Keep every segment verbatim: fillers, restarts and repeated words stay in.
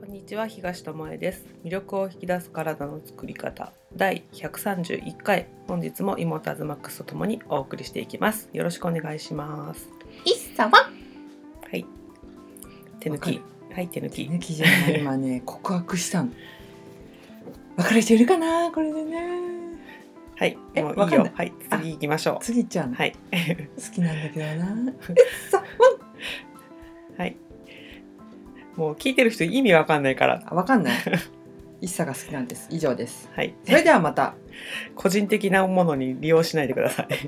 こんにちは、東智恵です。魅力を引き出す体の作り方だいひゃくさんじゅういっかい、本日もイモーターズマックスとともにお送りしていきます。よろしくお願いします。 いっさははい、手抜きはい手抜き手抜きじゃない今ね告白したの。分かる人いるかなこれでね。 はい、 えもういいわかんない。 よ。はい、次行きましょう。 次ちゃん、 はい好きなんだけどな。いっさはい、もう聞いてる人意味わかんないからあ、分かんない。いっさが好きなんです。以上です。 はい、 それではまた。 個人的なものに利用しないでください。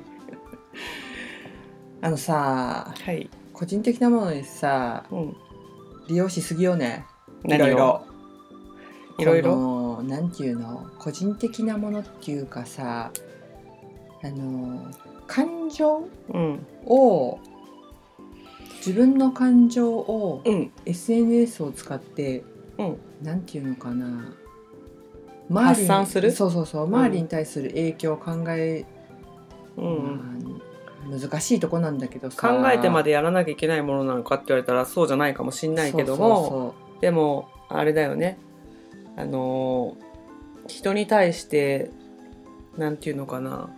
あのさ、 はい、 個人的なものにさ、 うん、 利用しすぎよね。い何をろいろいろいろこのなんていうの、個人的なものっていうかさ、あの感情うんを自分の感情をうんエスエヌエス を使ってうんなんていうのかな、 発散するそうそうそう、周りに対する影響を考え、 うんまあ、難しいとこなんだけどさ、 考えてまでやらなきゃいけないものなのかって言われたらそうじゃないかもしんないけども、 そうそうそうでもあれだよね、あの人に対してなんていうのかな、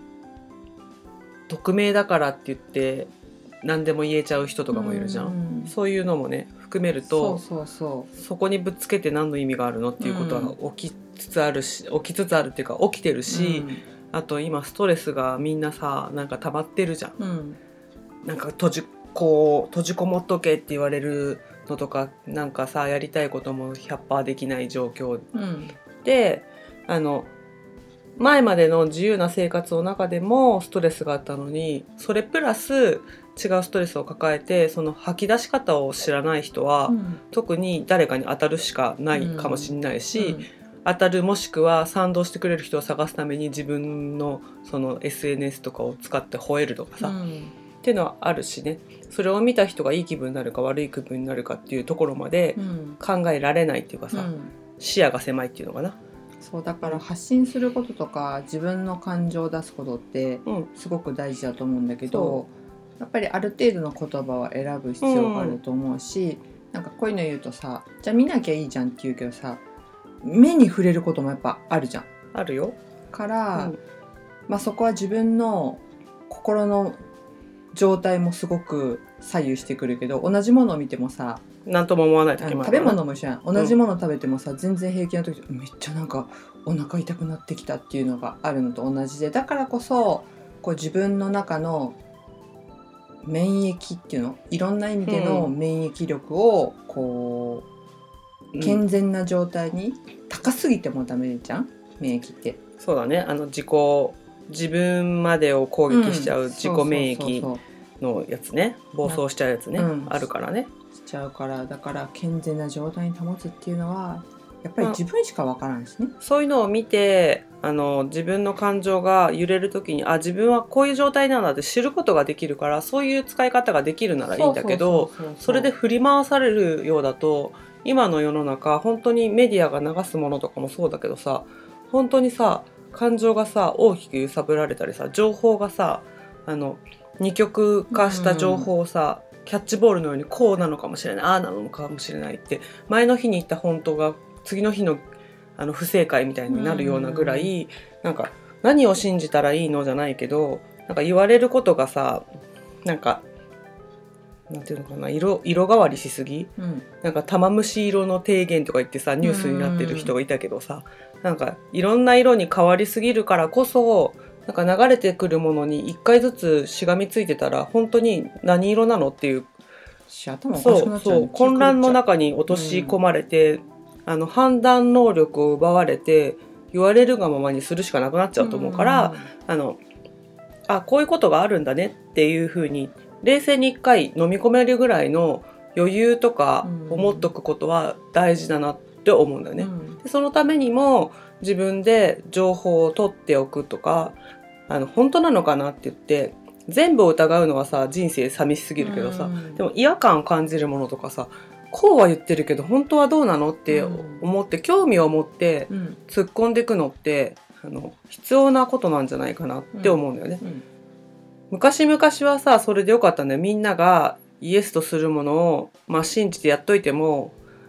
匿名だからって言って何でも言えちゃう人とかもいるじゃん、 うんそういうのもね含めると、 そうそうそうそこにぶつけて何の意味があるのっていうことは起きつつあるし、起きつつあるっていうか起きてるし、 うんあと今ストレスがみんなさなんか溜まってるじゃん、 うん、 なんか閉じこう閉じこもっとけって言われるのとか、なんかさやりたいことも ひゃくパーセント できない状況うんで、あの前までの自由な生活の中でもストレスがあったのに、それプラス違うストレスを抱えてその吐き出し方を知らない人は、 うん特に誰かに当たるしかないかもしれないし、 うん当たるもしくは賛同してくれる人を探すために自分のその エスエヌエス とかを使って吠えるとかさ、 うんっていうのはあるしね、それを見た人がいい気分になるか悪い気分になるかっていうところまでうん考えられないっていうかさ、 うん視野が狭いっていうのかな。 そうだから発信することとか自分の感情を出すことってうんすごく大事だと思うんだけどそ、 やっぱりある程度の言葉は選ぶ必要があると思うし、なんかこういうの言うとさ、じゃあ見なきゃいいじゃんって言うけどさ、目に触れることもやっぱあるじゃん。 あるよ。 から、 うんまあ、そこは自分の心の状態もすごく左右してくるけど、同じものを見てもさ、 なんとも思わないあ時もあの食べるからね。 物も一緒やん。同じもの食べてもさ、全然平気な時めっちゃなんかお腹痛くなってきたっていうのがあるのと同じで、だからこそこう自分の中の免疫っていうの、いろんな意味での免疫力をこう、 うん健全な状態に、高すぎてもダメじゃん、免疫って。 そうだね、あの自己自分までを攻撃しちゃう自己免疫そうそうそうのやつね、暴走しちゃうやつね、 うんあるからね。 しちゃうから、だから健全な状態に保つっていうのはやっぱり自分しかわからんしね、 そういうのを見て、あの自分の感情が揺れるときに、あ、自分はこういう状態なんだって知ることができるから、そういう使い方ができるならいいんだけど、それで振り回されるようだと、今の世の中本当にメディアが流すものとかもそうだけどさ、本当にさ感情がさ大きく揺さぶられたりさ、情報がさ、あの二極化した情報をさ、うん、キャッチボールのようにこうなのかもしれない、ああなのかもしれないって、前の日に言った本当が次の日のあの不正解みたいになるようなぐらい、うん、なんか何を信じたらいいのじゃないけど、なんか言われることがさ、なんかなんていうのかな、色色変わりしすぎ、うん、なんか玉虫色の提言とか言ってさニュースになってる人がいたけどさ、なんかいろんな色に変わりすぎるからこそ、なんか流れてくるものに一回ずつしがみついてたら本当に何色なのっていう、 頭おかしくなっちゃう、 そうそう混乱の中に落とし込まれて、うん、あの判断能力を奪われて言われるがままにするしかなくなっちゃうと思うから、うん、あのあこういうことがあるんだねっていう風に冷静に一回飲み込めるぐらいの余裕とか思っとくことは大事だなって思うんだよね、うん、でそのためにも自分で情報を取っておくとか、あの本当なのかなって言って全部を疑うのはさ人生寂しすぎるけどさ、うん、でも違和感を感じるものとかさ、こうは言ってるけど本当はどうなのって思って、興味を持って突っ込んでいくのって、あの必要なことなんじゃないかなって思うんだよね、うんうん、昔々はさそれでよかったんだよ。みんながイエスとするものを、まあ、信じてやっといても、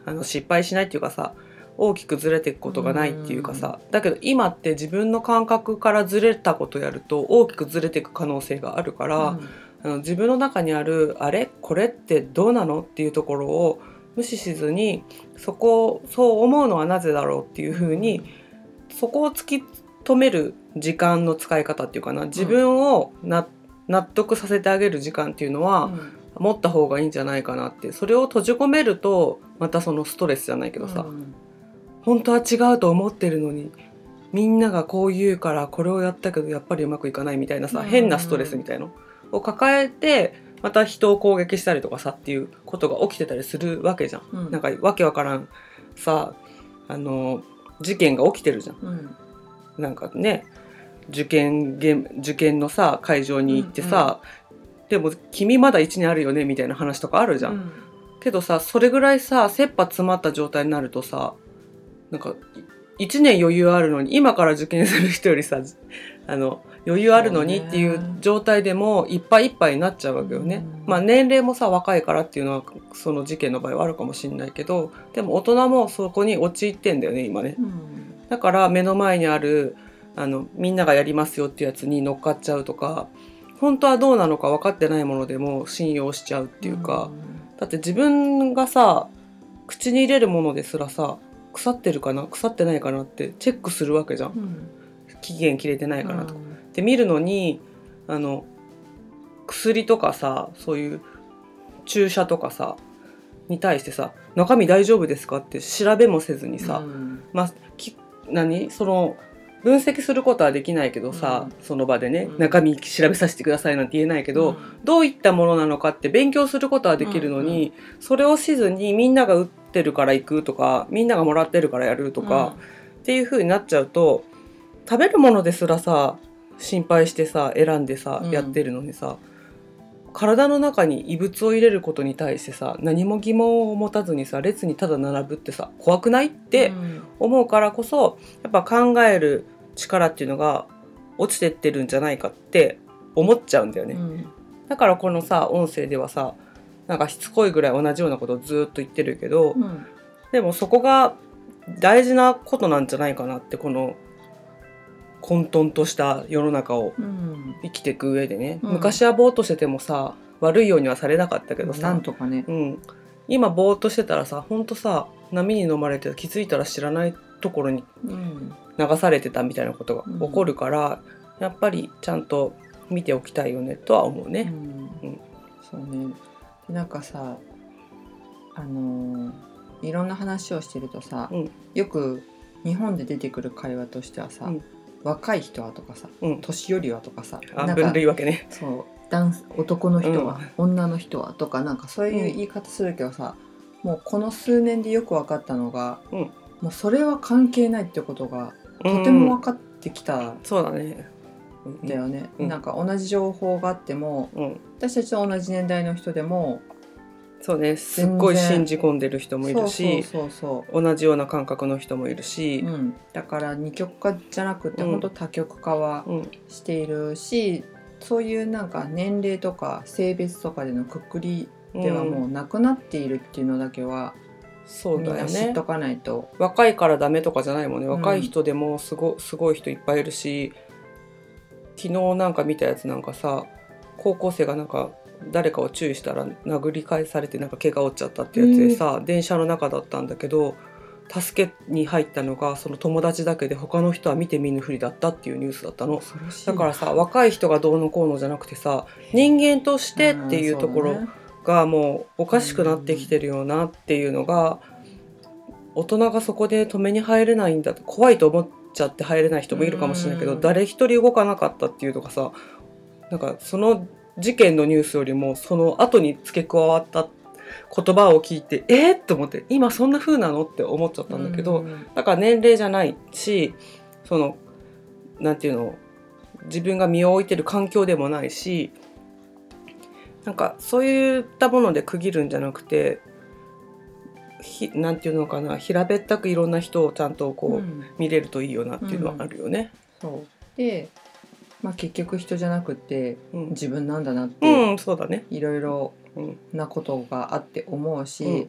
あの失敗しないっていうかさ、大きくずれていくことがないっていうかさ、だけど今って自分の感覚からずれたことやると大きくずれていく可能性があるから、 うんあの自分の中にあるあれこれってどうなのっていうところを無視しずに、そこそう思うのはなぜだろうっていうふうに、そこを突き止める時間の使い方っていうかな、自分をな納得させてあげる時間っていうのは、 うん持った方がいいんじゃないかなって。それを閉じ込めるとまたそのストレスじゃないけどさ、 うん本当は違うと思ってるのにみんながこう言うからこれをやったけどやっぱりうまくいかないみたいなさ、 うん変なストレスみたいのを抱えてまた人を攻撃したりとかさっていうことが起きてたりするわけじゃん、 うんなんかわけわからんさ、あの事件が起きてるじゃん、 うんなんかね、受験現受験のさ会場に行ってさ、でも君まだいちねんあるよねみたいな話とかあるじゃん、 うんけどさ、それぐらいさ切羽詰まった状態になるとさ、なんかいちねん余裕あるのに、今から受験する人よりさあの余裕あるのにっていう状態でもいっぱいいっぱいになっちゃうわけよね、 うんまあ年齢もさ若いからっていうのはその事件の場合はあるかもしれないけど、でも大人もそこに陥ってんだよね今ね。 うんだから目の前にあるあのみんながやりますよっていうやつに乗っかっちゃうとか、本当はどうなのか分かってないものでも信用しちゃうっていうか、だって自分がさ口に入れるものですらさ、腐ってるかな腐ってないかなってチェックするわけじゃん、 うん期限切れてないかなとか、 うんで見るのにあの薬とかさ、そういう注射とかさに対してさ、中身大丈夫ですかって調べもせずにさ、 うんまあ、き何その分析することはできないけどさ、 うんその場でね、 うん中身調べさせてくださいなんて言えないけど、 うんどういったものなのかって勉強することはできるのに、それをしずにみんなが打ってるから行くとか、みんながもらってるからやるとか、っていう風になっちゃうと、食べるものですらさ心配してさ選んでさ、 うんやってるのにさ、体の中に異物を入れることに対してさ何も疑問を持たずにさ列にただ並ぶってさ怖くないってうん思うからこそ、やっぱ考える力っていうのが落ちてってるんじゃないかって思っちゃうんだよね、 うんだからこのさ音声ではさなんかしつこいぐらい同じようなことをずっと言ってるけど、 うんでもそこが大事なことなんじゃないかなって、この混沌とした世の中をうん生きていく上でね、 うん昔はぼーっとしててもさ悪いようにはされなかったけどさ、 なんとかねうん、今ぼーっとしてたらさ、ほんとさ波に飲まれて気づいたら知らないところにうん流されてたみたいなことが起こるから、うん、やっぱりちゃんと見ておきたいよねとは思うね、 うんうんそうね。でなんかさあのーいろんな話をしてるとさ、 うんよく日本で出てくる会話としてはさ、 うん若い人はとかさ、 うん、 年寄りはとかさ、 あなんか分類分けね、 そう男男の人は、女の人はとかなんかそういう言い方するけどさ、もうこの数年でよく分かったのが、 うん、 もうそれは関係ないってことがとても分かってきたんそうだね、 だよね、 うんなんか同じ情報があっても、 うん、 私たちと同じ年代の人でもそうね、すっごい信じ込んでる人もいるし、 そうそうそうそう同じような感覚の人もいるし、 うん、だから二極化じゃなくて、 うん本当多極化はうんしているし、そういうなんか年齢とか性別とかでのくくりではもうなくなっているっていうのだけは、 そうだよみんな知っね、 とかないと。 若いからダメとかじゃないもんね、 うん若い人でもすご、すごい人いっぱいいるし、昨日なんか見たやつなんかさ、高校生がなんか誰かを注意したら殴り返されてなんか怪我を負っちゃったってやつでさ、電車の中だったんだけど、助けに入ったのがその友達だけで他の人は見て見ぬふりだったっていうニュースだったの。 恐ろしいだからさ、若い人がどうのこうのじゃなくてさ、人間としてっていうところがもうおかしくなってきてるよなっていうのが、大人がそこで止めに入れないんだって怖いと思っちゃって入れない人もいるかもしれないけど、 うん誰一人動かなかったっていうとかさ、なんかその事件のニュースよりもその後に付け加わった言葉を聞いてえー、って思って、今そんな風なのって思っちゃったんだけど、 うんだから年齢じゃないし、そのなんていうの、自分が身を置いてる環境でもないし、なんかそういったもので区切るんじゃなくて、ひなんていうのかな、平べったくいろんな人をちゃんとこう、 うん見れるといいよなっていうのはあるよね。 そうで、まあ、結局人じゃなくてうん、 自分なんだなっうてん、そうだね。 いろいろうん、 なことがあって思うし、 うん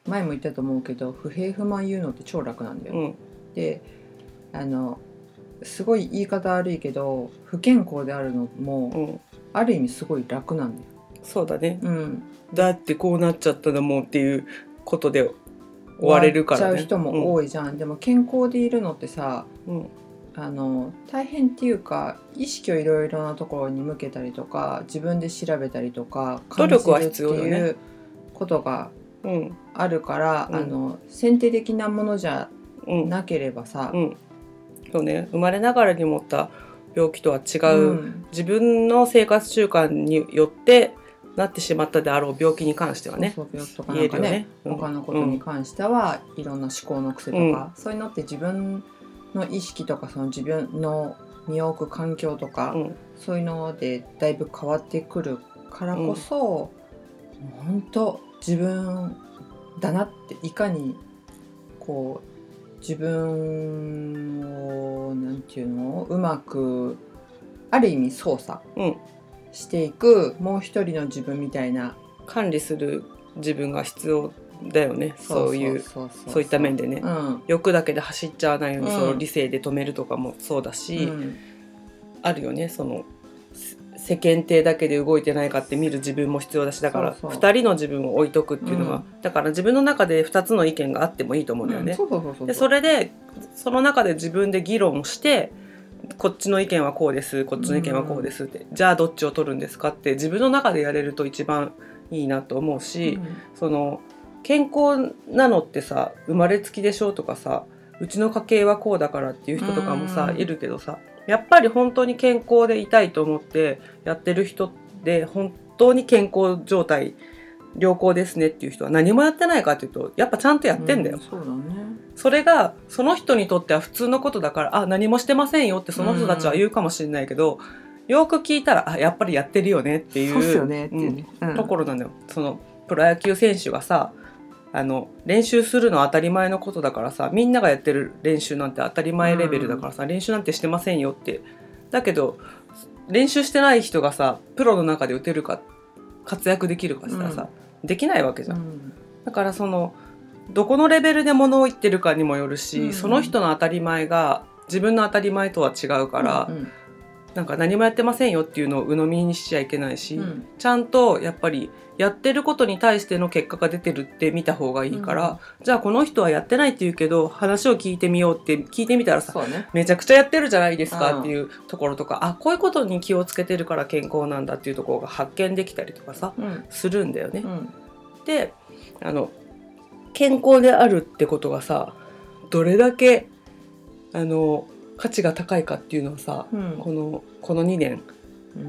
前も言ったと思うけど不平不満言うのって超楽なんだよ、 うん、 であのすごい言い方悪いけど不健康であるのも、 うん、 ある意味すごい楽なんだよ、 そうだね、 うん、 だってこうなっちゃったのもっていうことで終われるからね。 終わっちゃう人も多いじゃん、うん、でも健康でいるのってさ、 うん、 あの大変っていうか意識をいろいろなところに向けたりとか自分で調べたりとか努力は必要よね感じるっていうことがあるから、 うん、 あの先天的なものじゃなければさ、 うんうん、そうね、生まれながらに持った病気とは違う、うん、自分の生活習慣によってなってしまったであろう病気に関してはね、 そうそう病気とかなんかね、ね、うん、他のことに関しては、いろんな思考の癖とか、うん、そういうのって自分の意識とかその自分の身を置く環境とか、うん、そういうのでだいぶ変わってくるからこそ、うん、本当自分だなっていかにこう自分をなんていうのうまくある意味操作していく、うん、もう一人の自分みたいな管理する自分が必要だよね。そういうそういった面でね、うん、欲だけで走っちゃわないように、うん、その理性で止めるとかもそうだし、うん、あるよね、その世間体だけで動いてないかって見る自分も必要だし、だからふたりの自分を置いとくっていうのは、うん、だから自分の中でふたつの意見があってもいいと思うんだよね。でそれでその中で自分で議論してこっちの意見はこうですこっちの意見はこうですって、うん、じゃあどっちを取るんですかって自分の中でやれると一番いいなと思うし、うん、その健康なのってさ生まれつきでしょとかさ、うちの家系はこうだからっていう人とかもさ、うん、いるけどさ、やっぱり本当に健康でいたいと思ってやってる人で本当に健康状態良好ですねっていう人は何もやってないかっていうとやっぱちゃんとやってんだよ、 うん、そうだね。 それがその人にとっては普通のことだからあ何もしてませんよってその人たちは言うかもしれないけど、うん、よく聞いたらあやっぱりやってるよねっていう、 そうっすよねっていうね、 うん、ところなんだよ。そのプロ野球選手がさあの練習するのは当たり前のことだからさ、みんながやってる練習なんて当たり前レベルだからさ、うん、練習なんてしてませんよって。だけど練習してない人がさプロの中で打てるか活躍できるかしたらさ、うん、できないわけじゃん、うん、だからそのどこのレベルで物を言ってるかにもよるし、うん、その人の当たり前が自分の当たり前とは違うから、うんうん、なんか何もやってませんよっていうのを鵜呑みにしちゃいけないし、うん、ちゃんとやっぱりやってることに対しての結果が出てるって見た方がいいから、うん、じゃあこの人はやってないって言うけど話を聞いてみようって聞いてみたらさ、ね、めちゃくちゃやってるじゃないですかっていうところとか、うん、あこういうことに気をつけてるから健康なんだっていうところが発見できたりとかさ、うん、するんだよね、うん、であの健康であるってことがさどれだけあの価値が高いかっていうのはさ、うん、このこのにねん、うん、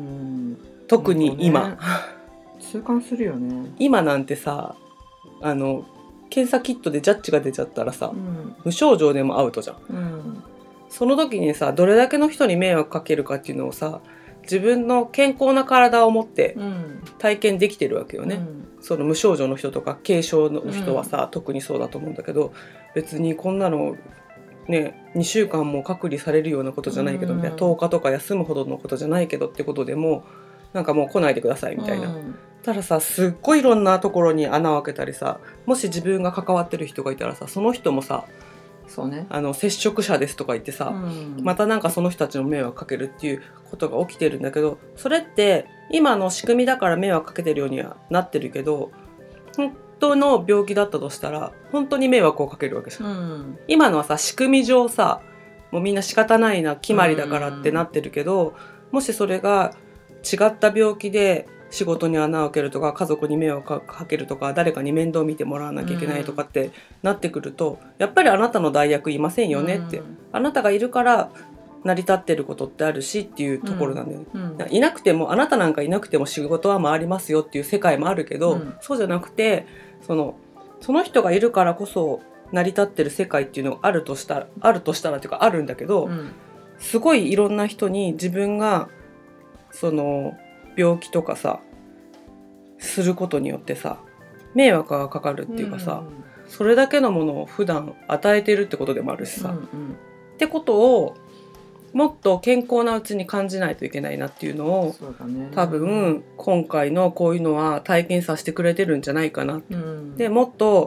特に今、ね、 痛感するよね。 今なんてさあの検査キットでジャッジが出ちゃったらさ、うん、無症状でもアウトじゃん、うん、その時にさどれだけの人に迷惑かけるかっていうのをさ自分の健康な体を持って体験できてるわけよね、うん、その無症状の人とか軽症の人はさ、うん、特にそうだと思うんだけど、別にこんなのね、にしゅうかんも隔離されるようなことじゃないけど、うん、とおかとか休むほどのことじゃないけどってことでもなんかもう来ないでくださいみたいな、うん、たださすっごいいろんなところに穴を開けたりさ、もし自分が関わってる人がいたらさその人もさそうね、 あの接触者ですとか言ってさ、うん、またなんかその人たちの迷惑かけるっていうことが起きてるんだけど、それって今の仕組みだから迷惑かけてるようにはなってるけど本当の病気だったとしたら本当に迷惑をかけるわけじゃん、うん、今のはさ仕組み上さもうみんな仕方ないな決まりだからってなってるけど、うん、もしそれが違った病気で仕事に穴を開けるとか家族に迷惑かけるとか誰かに面倒見てもらわなきゃいけないとかってなってくると、やっぱりあなたの代役いませんよねって、あなたがいるから成り立ってることってあるしっていうところなんだよね、うんうん、いなくてもあなたなんかいなくても仕事は回りますよっていう世界もあるけど、うん、そうじゃなくてその、その人がいるからこそ成り立ってる世界っていうのがあるとしたらあるとしたらっていうかあるんだけど、うん、すごいいろんな人に自分がその病気とかさすることによってさ迷惑がかかるっていうかさ、うん、それだけのものを普段与えてるってことでもあるしさ、うんうん、ってことをもっと健康なうちに感じないといけないなっていうのをそうだね、 多分今回のこういうのは体験させてくれてるんじゃないかな、うん、でもっと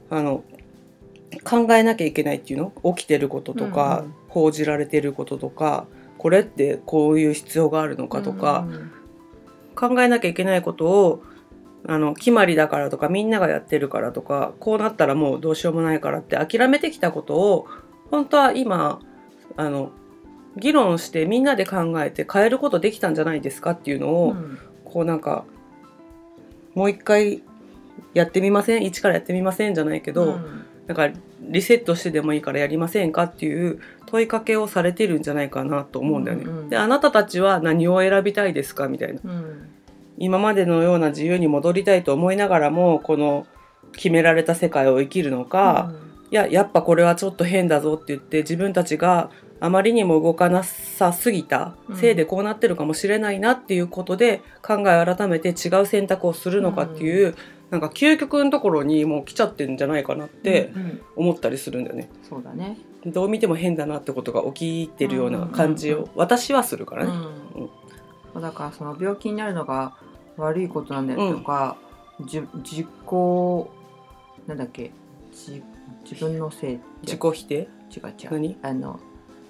あの考えなきゃいけないっていうの、起きてることとか、 うんうん、 報じられてることとか、これってこういう必要があるのかとか、 うんうん、 考えなきゃいけないことをあの決まりだからとかみんながやってるからとか、こうなったらもうどうしようもないからって諦めてきたことを本当は今あの議論してみんなで考えて変えることできたんじゃないですかっていうのを、 うん、 こうなんかもう一回やってみません、一からやってみませんじゃないけど、 うん、 なんかリセットしてでもいいからやりませんかっていう問いかけをされてるんじゃないかなと思うんだよね、 うんうん、 であなたたちは何を選びたいですかみたいな、 うん、 今までのような自由に戻りたいと思いながらもこの決められた世界を生きるのか、うん、いややっぱこれはちょっと変だぞって言って自分たちがあまりにも動かなさすぎたせいでこうなってるかもしれないなっていうことで考え改めて違う選択をするのかっていう、うん、なんか究極のところにもう来ちゃってるんじゃないかなって思ったりするんだよね、 うんうん、そうだね。 どう見ても変だなってことが起きてるような感じを私はするからね、 うんうん、だからその病気になるのが悪いことなんだよとか、うん、じ自己なんだっけ自, 自分のせい自己否定違う違う何あの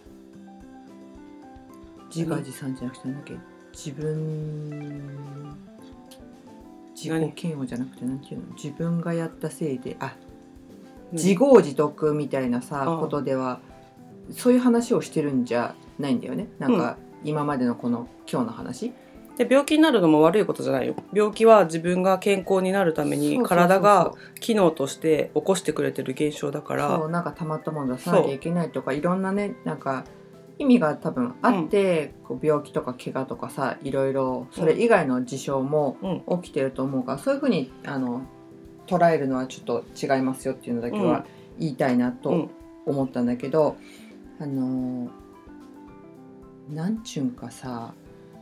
自画自賛じゃなくてなんだっけ自分自己嫌悪じゃなくてなんていうの自分がやったせいであ自業自得みたいなさことではそういう話をしてるんじゃないんだよね。なんか今までのこの今日の話で病気になるのも悪いことじゃないよ。病気は自分が健康になるために体が機能として起こしてくれてる現象だから、 そうなんかたまったもの出さなきゃいけないとかいろんなねなんか意味が多分あって、うん、こう病気とか怪我とかさいろいろそれ以外の事象も起きてると思うから、うん、そういうふうにあの捉えるのはちょっと違いますよっていうのだけは言いたいなと思ったんだけど、うん、あのなんちゅうんかさ、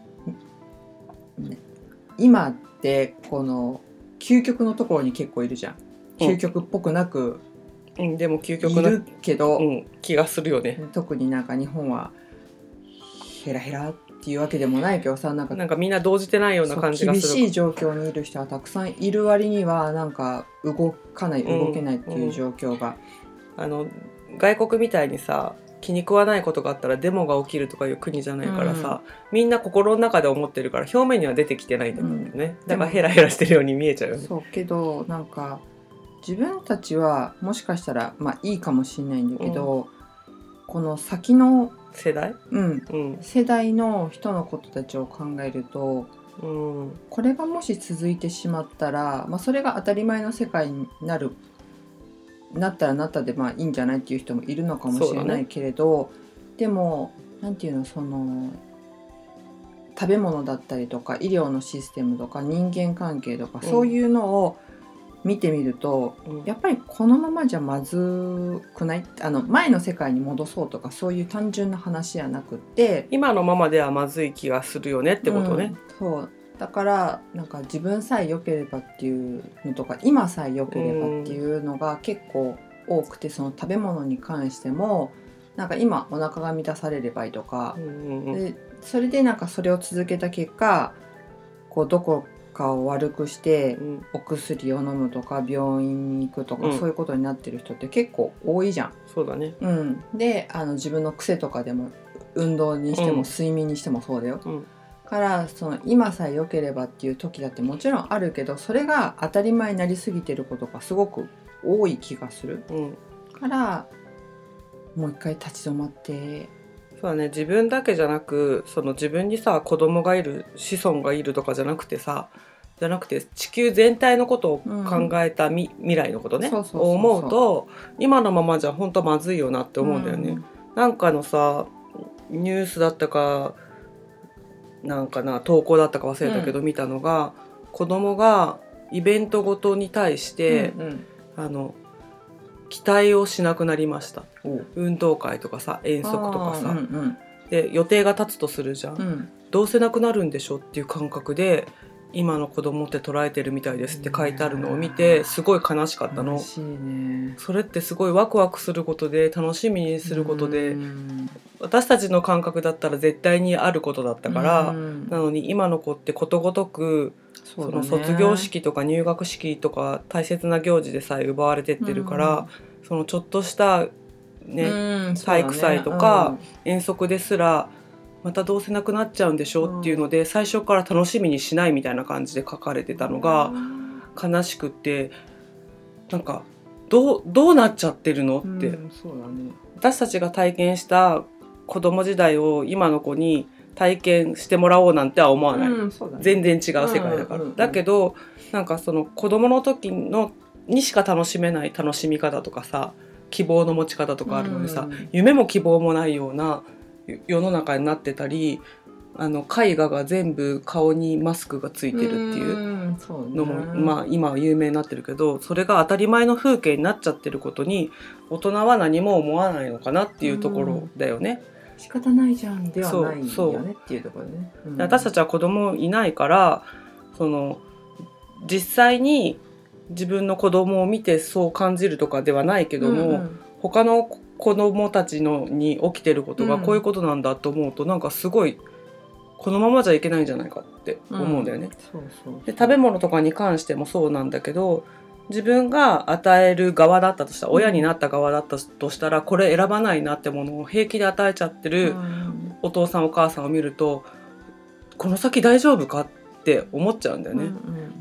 ね、今ってこの究極のところに結構いるじゃん。究極っぽくなく、 うん、でも究極ないるけど、 うん、気がするよね。 特になんか日本はヘラヘラっていうわけでもないけどさなんかなんかみんな動じてないような感じがする。 厳しい状況にいる人はたくさんいる割にはなんか動かない動けないっていう状況が、 うんうん、あの外国みたいにさ気に食わないことがあったらデモが起きるとかいう国じゃないからさ、うん、みんな心の中で思ってるから表面には出てきてないんだよね、うん、だからヘラヘラしてるように見えちゃうよね。 そうけどなんか自分たちはもしかしたらまあいいかもしれないんだけど、うん、この先の世代、 うんうん、世代の人のことたちを考えると、うん、これがもし続いてしまったら、まあ、それが当たり前の世界になるなったらなったでまあいいんじゃないっていう人もいるのかもしれないけれど、ね、でもなんていうのその食べ物だったりとか医療のシステムとか人間関係とか、うん、そういうのを見てみると、うん、やっぱりこのままじゃまずくないあの前の世界に戻そうとかそういう単純な話じゃなくって今のままではまずい気がするよねってことね、 うん、そうだからなんか自分さえ良ければっていうのとか今さえ良ければっていうのが結構多くて、その食べ物に関してもなんか今お腹が満たされればいいとか、うんうん、でそれでなんかそれを続けた結果こうどこかを悪くしてお薬を飲むとか病院に行くとか、うん、そういうことになってる人って結構多いじゃん。 そうだね、 うん、であの自分の癖とかでも運動にしても睡眠にしてもそうだよ、うん、からその今さえ良ければっていう時だってもちろんあるけどそれが当たり前になりすぎてることがすごく多い気がする、うん、からもう一回立ち止まってそうだね、自分だけじゃなくその自分にさ子供がいる子孫がいるとかじゃなくてさじゃなくて地球全体のことを考えた、うん、未来のことねを思うと今のままじゃ本当まずいよなって思うんだよね、うん、なんかのさニュースだったかなんかな投稿だったか忘れたけど、うん、見たのが子供がイベントごとに対して、うんうん、あの期待をしなくなりました。運動会とかさ遠足とかさ、うんうん、で予定が立つとするじゃん、うん、どうせなくなるんでしょっていう感覚で今の子供って捉えてるみたいですって書いてあるのを見てすごい悲しかったの。 悲しいね。 それってすごいワクワクすることで楽しみにすることで、 うん、 私たちの感覚だったら絶対にあることだったから、 うん、 なのに今の子ってことごとくその卒業式とか入学式とか大切な行事でさえ奪われてってるから、うん、そのちょっとしたね、うん、体育祭とか遠足ですらまたどうせなくなっちゃうんでしょっていうので、最初から楽しみにしないみたいな感じで書かれてたのが悲しくて、なんかどう、どうなっちゃってるのって、 うん、そうだね、 私たちが体験した子供時代を今の子に体験してもらおうなんては思わない、 うんそうだね、 全然違う世界だから、うんうんうん、だけどなんかその子供の時のにしか楽しめない楽しみ方とかさ、希望の持ち方とかあるのでさ、うん、夢も希望もないような世の中になってたり、あの絵画が全部顔にマスクがついてるっていうのも、うん、まあ、今は有名になってるけど、それが当たり前の風景になっちゃってることに大人は何も思わないのかなっていうところだよね、 うん、仕方ないじゃんではないよねっていうところでね、 うん、私たちは子供いないからその実際に自分の子供を見てそう感じるとかではないけども、うんうん、他の子供たちのに起きてることがこういうことなんだと思うと、うん、なんかすごいこのままじゃいけないんじゃないかって思うんだよね、うん、そうそうそう。で食べ物とかに関してもそうなんだけど、自分が与える側だったとしたら、うん、親になった側だったとしたらこれ選ばないなってものを平気で与えちゃってるお父さんお母さんを見ると、この先大丈夫かって思っちゃうんだよね、うんうん、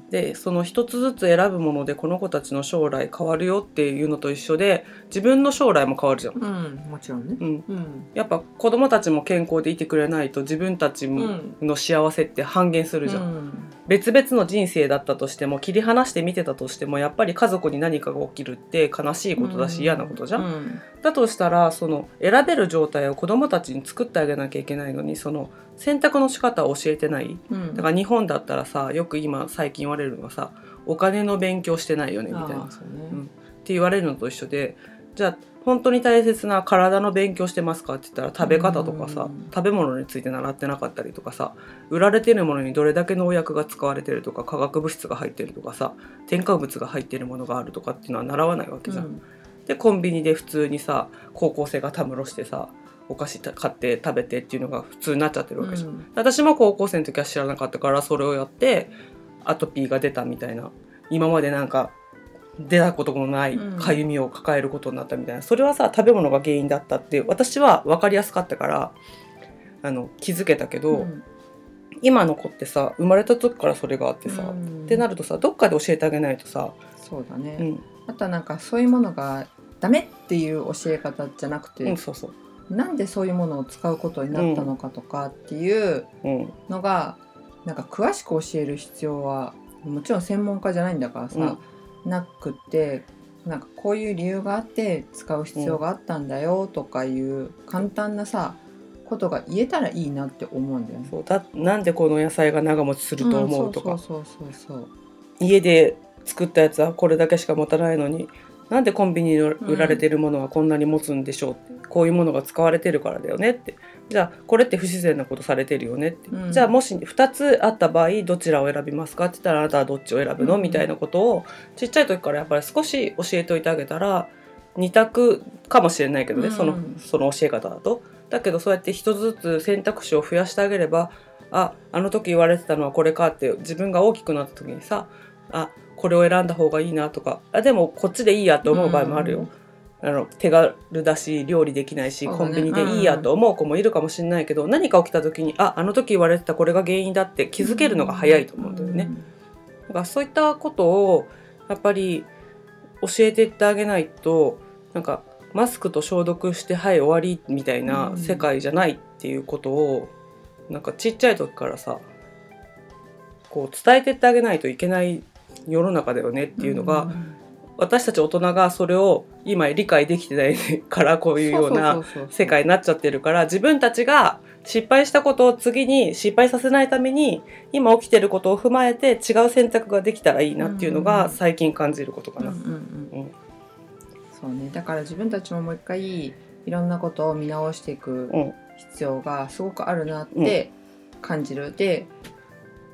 でその一つずつ選ぶものでこの子たちの将来変わるよっていうのと一緒で、自分の将来も変わるじゃん、 うん、もちろんね、うんうん、やっぱ子供たちも健康でいてくれないと自分たちの幸せって半減するじゃん、うん、別々の人生だったとしても切り離して見てたとしてもやっぱり家族に何かが起きるって悲しいことだし、うん、嫌なことじゃん、うん、だとしたらその選べる状態を子供たちに作ってあげなきゃいけないのに、その選択の仕方を教えてない、うん、だから日本だったらさ、よく今最近言われるのがさ、お金の勉強してないよねみたいな、ね、うん、って言われるのと一緒で、じゃあ本当に大切な体の勉強してますかって言ったら食べ方とかさ、うん、食べ物について習ってなかったりとかさ、売られてるものにどれだけ農薬が使われてるとか化学物質が入ってるとかさ、添加物が入ってるものがあるとかっていうのは習わないわけじゃん、うん、でコンビニで普通にさ高校生がたむろしてさお菓子買って食べてっていうのが普通になっちゃってるわけじゃん、うん、私も高校生の時は知らなかったからそれをやってアトピーが出たみたいな、今までなんか出たこともないかゆみを抱えることになったみたいな、それはさ食べ物が原因だったって私は分かりやすかったからあの気づけたけど、うん、今の子ってさ生まれた時からそれがあってさ、うん、ってなるとさどっかで教えてあげないとさ、 そうだね、うん、あとはなんかそういうものがダメっていう教え方じゃなくて、 うん、そうそうなんでそういうものを使うことになったのかとかっていうのが、うん、なんか詳しく教える必要はもちろん専門家じゃないんだからさ、うん、なくってなんかこういう理由があって使う必要があったんだよとかいう簡単なさことが言えたらいいなって思うんだよね。 そうだ、なんでこの野菜が長持ちすると思うとか、うん、 そうそうそうそう、 家で作ったやつはこれだけしか持たないのになんでコンビニに売られてるものはこんなに持つんでしょうって、うん、こういうものが使われてるからだよねって、じゃあこれって不自然なことされてるよねって、うん、じゃあもしふたつあった場合どちらを選びますかって言ったらあなたはどっちを選ぶの、うん、みたいなことをちっちゃい時からやっぱり少し教えておいてあげたらに択かもしれないけどね、うん、その、その教え方だと。だけどそうやって一つずつ選択肢を増やしてあげれば、あ、あの時言われてたのはこれかって自分が大きくなった時にさ、あ、これを選んだ方がいいなとか、あでもこっちでいいやと思う場合もあるよ、うん、あの手軽だし料理できないし、ね、コンビニでいいやと思う子もいるかもしれないけど、うん、何か起きた時にあ、あの時言われてたこれが原因だって気づけるのが早いと思うんだよね、うん、だからそういったことをやっぱり教えていってあげないと、なんかマスクと消毒してはい終わりみたいな世界じゃないっていうことをなんかちっちゃい時からさこう伝えてってあげないといけない世の中だよねっていうのが、うん、私たち大人がそれを今理解できてないからこういうような世界になっちゃってるから、自分たちが失敗したことを次に失敗させないために今起きてることを踏まえて違う選択ができたらいいなっていうのが最近感じることかな。 そうね、だから自分たちももう一回いろんなことを見直していく必要がすごくあるなって感じる、うん、で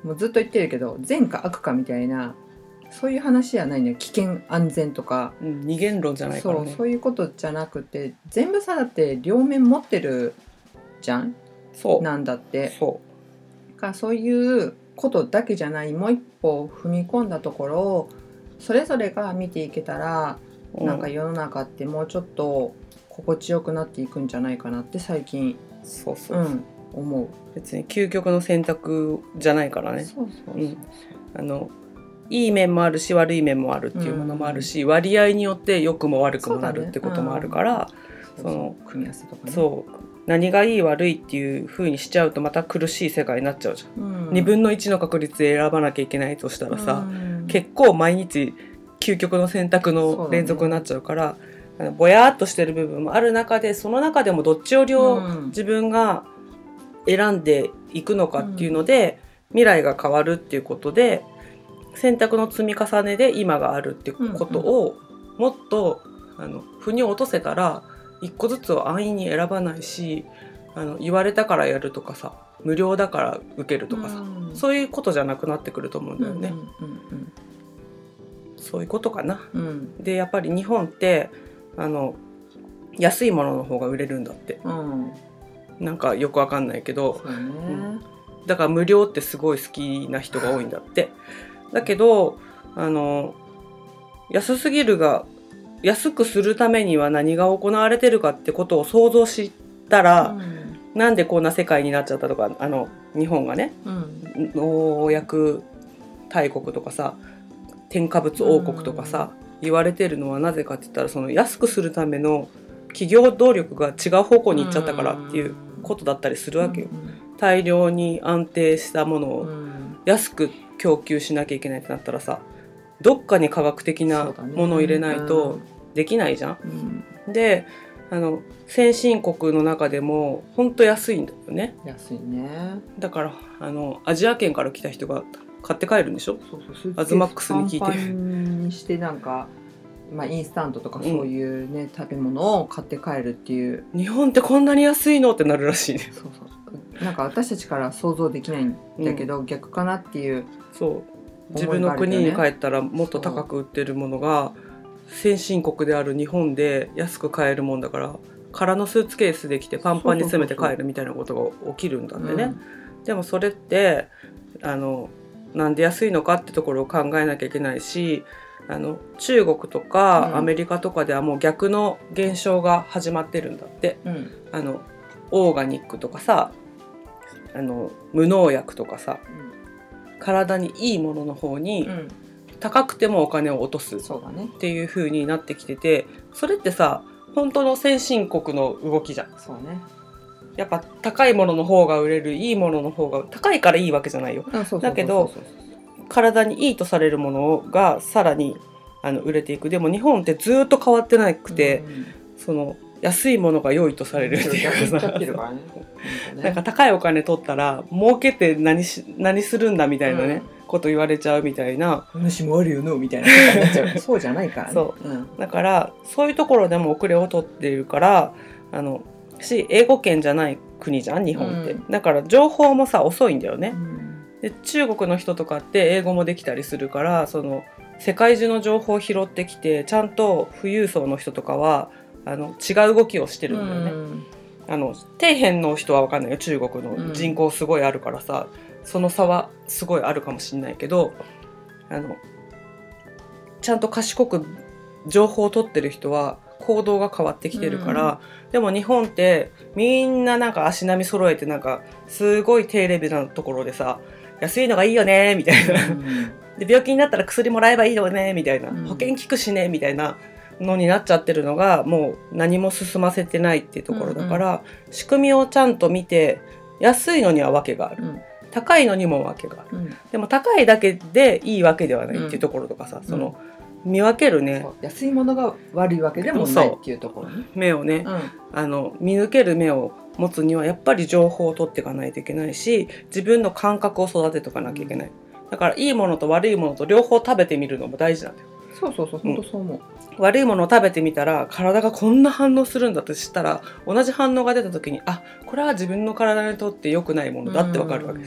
もうずっと言ってるけど善か悪かみたいなそういう話じゃないのよ。危険安全とか、 うん、二元論じゃないからね。 そう、そういうことじゃなくて全部さだって両面持ってるじゃん。 そうなんだってそうだからそういうことだけじゃないもう一歩踏み込んだところをそれぞれが見ていけたら、 うん、 なんか世の中ってもうちょっと心地よくなっていくんじゃないかなって最近、 そうそう、 うん、思う。 別に究極の選択じゃないからね。 そうそうそう、 うん、あのいい面もあるし悪い面もあるっていうものもあるし、うん、割合によって良くも悪くもなるってこともあるから、 その組み合わせとかね。 そう何がいい悪いっていう風にしちゃうとまた苦しい世界になっちゃうじゃん、うん、にぶんのいちの確率で選ばなきゃいけないとしたらさ、うん、結構毎日究極の選択の連続になっちゃうから、あのぼやっとしてる部分もある中でその中でもどっちよりを自分が選んでいくのかっていうので、うん、未来が変わるっていうことで選択の積み重ねで今があるっていうことをもっとあの腑に落とせたら一個ずつを安易に選ばないし、あの言われたからやるとかさ無料だから受けるとかさ、うん、そういうことじゃなくなってくると思うんだよね、うんうんうんうん、そういうことかな、うん、でやっぱり日本ってあの安いものの方が売れるんだって、うん、なんかよくわかんないけど、そうね、うん、だから無料ってすごい好きな人が多いんだってだけどあの安すぎるが安くするためには何が行われてるかってことを想像したら、うん、なんでこんな世界になっちゃったとか、あの日本がね、うん、農薬大国とかさ添加物王国とかさ、うん、言われてるのはなぜかって言ったらその安くするための企業動力が違う方向に行っちゃったからっていうことだったりするわけよ、うん、大量に安定したものを安く供給しなきゃいけないってなったらさどっかに科学的なものを入れないとできないじゃん、うん、であの先進国の中でもほんと安いんだよね。 安いね。 だからあのアジア圏から来た人が買って帰るんでしょ。そうそうアズマックスに聞いてパンパンにしてなんか、まあ、インスタントとかそういうね、うん、食べ物を買って帰るっていう。 日本ってこんなに安いのってなるらしいね。 そうそうなんか私たちから想像できないんだけど、うん、逆かなっていう。 そう自分の国に帰ったらもっと高く売ってるものが先進国である日本で安く買えるもんだから空のスーツケースで来てパンパンに詰めて帰るみたいなことが起きるんだってね、うん、でもそれってあのなんで安いのかってところを考えなきゃいけないし、あの中国とかアメリカとかではもう逆の現象が始まってるんだって、うん、あのオーガニックとかさあの無農薬とかさ、うん、体にいいものの方に、うん高くてもお金を落とすっていう風になってきてて、それってさ本当の先進国の動きじゃん。 そうね。 やっぱ高いものの方が売れる、いいものの方が高いからいいわけじゃないよ。だけど体にいいとされるものがさらにあの売れていく。でも日本ってずっと変わってなくて、うん、その安いものが良いとされるっていうかさ、なんか高いお金取ったら儲けて何し何するんだみたいなね。うんこと言われちゃうみたいな話もあるよのみたいなことになっちゃうそうじゃないからね。 そう、うん、だからそういうところでも遅れを取っているからあのし英語圏じゃない国じゃん日本って、うん、だから情報もさ遅いんだよね、うん、で中国の人とかって英語もできたりするからその世界中の情報を拾ってきてちゃんと富裕層の人とかはあの違う動きをしてるんだよね、うん、あの底辺の人は分かんないよ中国の人口すごいあるからさ、うん、その差はすごいあるかもしれないけどあのちゃんと賢く情報を取ってる人は行動が変わってきてるから、うん、でも日本ってみんななんか足並み揃えてなんかすごい低レベルなところでさ安いのがいいよねみたいな、うん、で病気になったら薬もらえばいいよねみたいな、うん、保険効くしねみたいなのになっちゃってるのがもう何も進ませてないっていうところだから、うんうん、仕組みをちゃんと見て安いのには訳がある、うん、高いのにも訳がある、うん、でも高いだけでいいわけではないっていうところとかさ、うん、その見分けるね安いものが悪いわけでもないっていうところね目をね、うん、あの見抜ける目を持つにはやっぱり情報を取っていかないといけないし自分の感覚を育てておかなきゃいけない、うん、だからいいものと悪いものと両方食べてみるのも大事なんだよ。 そうそうそう本当そう思う、 うん、悪いものを食べてみたら体がこんな反応するんだとしたら同じ反応が出た時にあこれは自分の体にとって良くないものだって分かるわけです、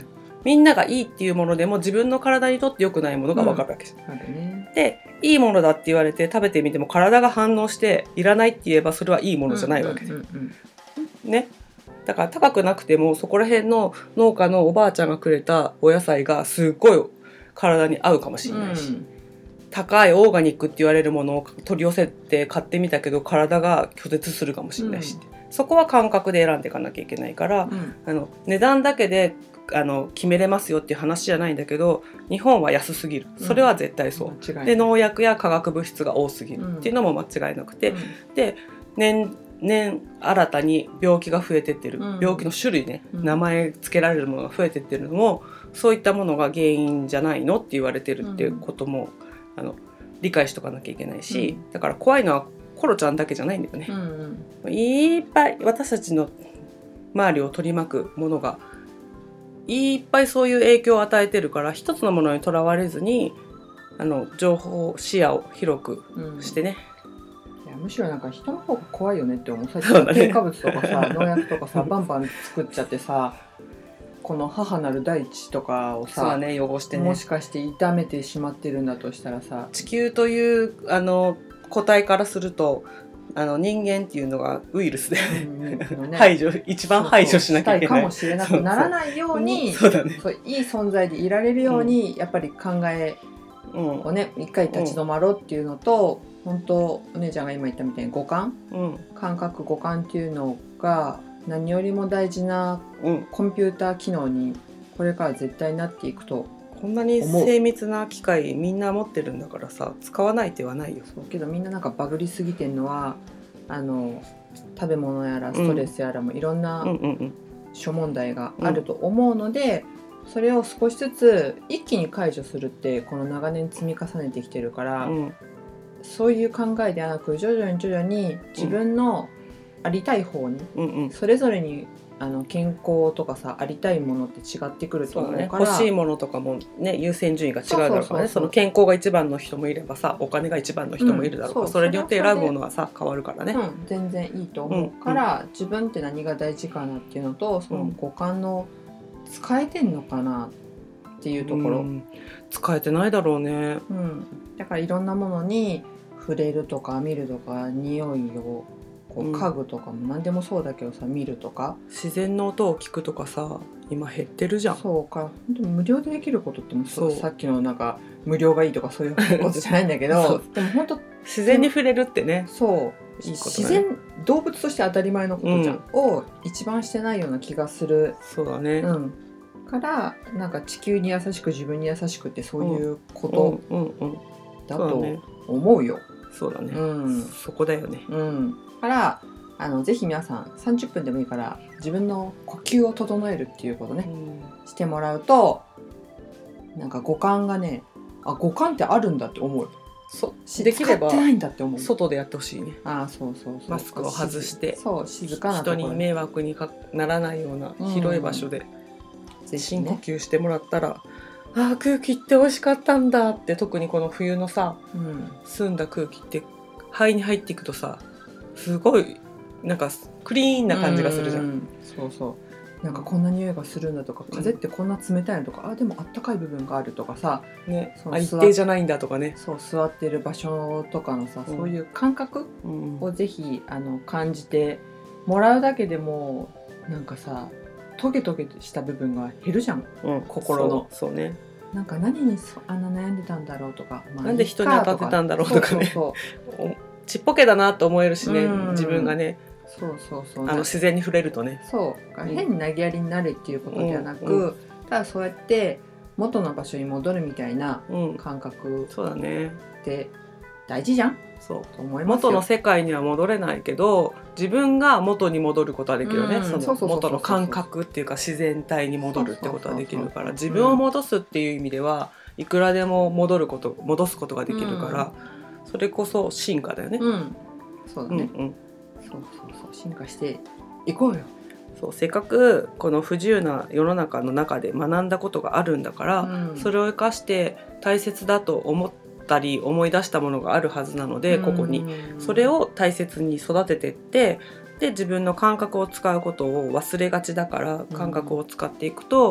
みんながいいっていうものでも自分の体にとって良くないものが分かるわけです、 うんあるね、 でいいものだって言われて食べてみても体が反応していらないって言えばそれはいいものじゃないわけです、 うんうんうんね。だから高くなくてもそこら辺の農家のおばあちゃんがくれたお野菜がすっごい体に合うかもしれないし、 うん高いオーガニックって言われるものを取り寄せて買ってみたけど体が拒絶するかもしれないし、うん、そこは感覚で選んでいかなきゃいけないから、うん、あの値段だけであの決めれますよっていう話じゃないんだけど日本は安すぎる、それは絶対そう、うん、で農薬や化学物質が多すぎるっていうのも間違いなくて、うん、で年年新たに病気が増えてってる、うん、病気の種類ね、うん、名前付けられるものが増えてってるのもそういったものが原因じゃないのって言われてるっていうことも、うん、あの理解しとかなきゃいけないし、うん、だから怖いのはコロちゃんだけじゃないんだよね、うんうん、いっぱい私たちの周りを取り巻くものがいっぱいそういう影響を与えてるから一つのものにとらわれずにあの情報視野を広くしてね、 うん、いやむしろなんか人の方が怖いよねって思う。さっき添加物とかさ、農薬とかさバンバン作っちゃってさこの母なる大地とかをさ、 ね、汚してね、 もしかして傷めてしまってるんだとしたらさ、 地球というあの個体からするとあの人間っていうのがウイルスで、うんね、排除一番排除しなきゃいけないかもしれなくならないようにそうそう、ね、 そういい存在でいられるように、うん、やっぱり考えをね、うん、一回立ち止まろうっていうのと、うん、本当お姉ちゃんが今言ったみたいに五感、うん、感覚五感っていうのが何よりも大事なコンピューター機能にこれから絶対なっていくと、 こんなに精密な機械みんな持ってるんだからさ使わない手はないよ。 そうけどみんななんかバグりすぎてんのはあの食べ物やらストレスやらもいろんな諸問題があると思うので、うん、それを少しずつ一気に解除するってこの長年積み重ねてきてるから、うん、そういう考えではなく徐々に徐々に自分のありたい方に、うんうん、それぞれにあの健康とかさありたいものって違ってくると思うから、ね、 欲しいものとかもね優先順位が違うだろうからね、その健康が一番の人もいればさお金が一番の人もいるだろうから、うん、そ, それによって選ぶものはさ変わるからね、 うん、全然いいと思うから、うん、自分って何が大事かなっていうのとその五感の使えてんのかなっていうところ、うん、 使えてないだろうね、 うん、だからいろんなものに触れるとか見るとか匂いを家具とかも何でもそうだけどさ見るとか自然の音を聞くとかさ今減ってるじゃん。 そうか本当に無料でできることってもそうさっきのなんか無料がいいとかそういうことじゃないんだけどでも本当自然に触れるってねそういいことね、自然動物として当たり前のことじゃん、うん、を一番してないような気がする。 そうだね、 うん、からなんか地球に優しく自分に優しくってそういうことだと思うよ。 そうだね、うん、そこだよね、 うんからあのぜひ皆さんさんじゅっぷんでもいいから自分の呼吸を整えるっていうことね、うん、してもらうとなんか五感がねあ五感ってあるんだって思う。 そできれば使ってないんだって思う。 外でやってほしいね。 あそうそうそうマスクを外してそう静かなところ人に迷惑にならないような広い場所で、うん、深呼吸してもらったら、うん、あ空気って美味しかったんだって。特にこの冬のさ、うん、澄んだ空気って肺に入っていくとさすごいなんかクリーンな感じがするじゃん。うん、 そうそうなんかこんな匂いがするんだとか風ってこんな冷たいのとか、うん、あでもあったかい部分があるとかさ、 ね、あ一定じゃないんだとかね。 そう座ってる場所とかのさ、うん、そういう感覚をぜひあの感じてもらうだけでもなんかさトゲトゲした部分が減るじゃん、うん、心の。 そう、そうね。 なんか何にあんな悩んでたんだろうとか、 まあ、なんで人に当たってたんだろうとかね。そうそうそうちっぽけだなと思えるしね、うん、自分がねそうそうそうあの自然に触れるとねそう、うん、変に投げやりになるっていうことではなく、うんうん、ただそうやって元の場所に戻るみたいな感覚って大事じゃん、 そうと思いますよ。元の世界には戻れないけど自分が元に戻ることはできるよね。その元の感覚っていうか自然体に戻るってことはできるから自分を戻すっていう意味ではいくらでも戻ること戻すことができるから、うん、それこそ進化だよね、 うん、そうだね、うんうん、そうそうそう進化していこうよ。 そうせっかくこの不自由な世の中の中で学んだことがあるんだから、うん、それを生かして大切だと思ったり思い出したものがあるはずなので、うん、ここにそれを大切に育ててってで自分の感覚を使うことを忘れがちだから感覚を使っていくと、うん、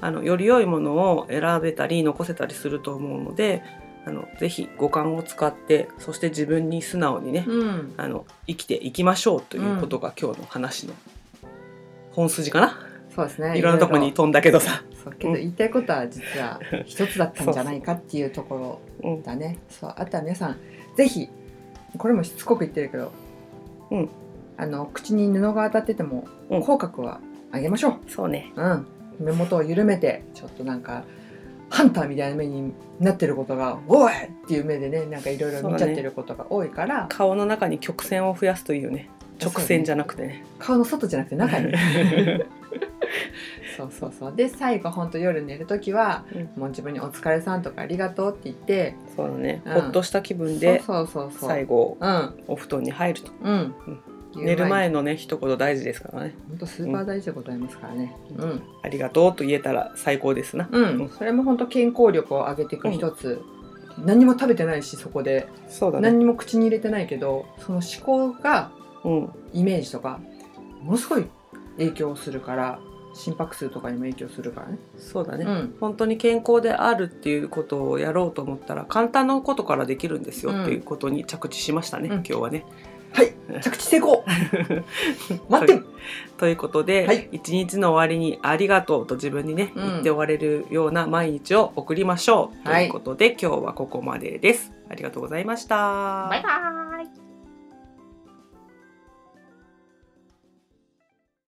あのより良いものを選べたり残せたりすると思うので、あのぜひ五感を使って、そして自分に素直にね、 うん、 あの生きていきましょうということが今日の話の本筋かな。 そうですね。 いろんなとこに飛んだけどさ。 そうけど言いたいことは実は一つだったんじゃないかっていうところだね。そう、あとは皆さんぜひ、これもしつこく言ってるけど、うん、あの口に布が当たってても口角は上げましょう。 うん、そうね。 うん。目元を緩めて、ちょっとなんかハンターみたいな目になってることが、おいっていう目でね、なんかいろいろ見ちゃってることが多いから、ね、 顔の中に曲線を増やすといいよね。直線じゃなくてね。 顔の外じゃなくて中に。そうそうそう。で最後本当夜寝るときは、うん、もう自分にお疲れさんとかありがとうって言って、 そうだね、うん、ほっとした気分で最後、うん、お布団に入ると、うんうん、寝る前のね一言大事ですからね。 本当スーパー大事でございますからね、 うんうん、ありがとうと言えたら最高ですな、 うんうん、それも本当健康力を上げていく一つ、うん、何も食べてないしそこでそうだ、ね、何も口に入れてないけど、その思考が、うん、イメージとかものすごい影響するから、心拍数とかにも影響するからね。 そうだね、うん、本当に健康であるっていうことをやろうと思ったら簡単なことからできるんですよ、うん、っていうことに着地しましたね、うん、今日はね。 はい着地成功待ってと, ということで、はい、一日の終わりにありがとうと自分にね、うん、言って終われるような毎日を送りましょう、はい、ということで今日はここまでです。ありがとうございました。 バイバーイ。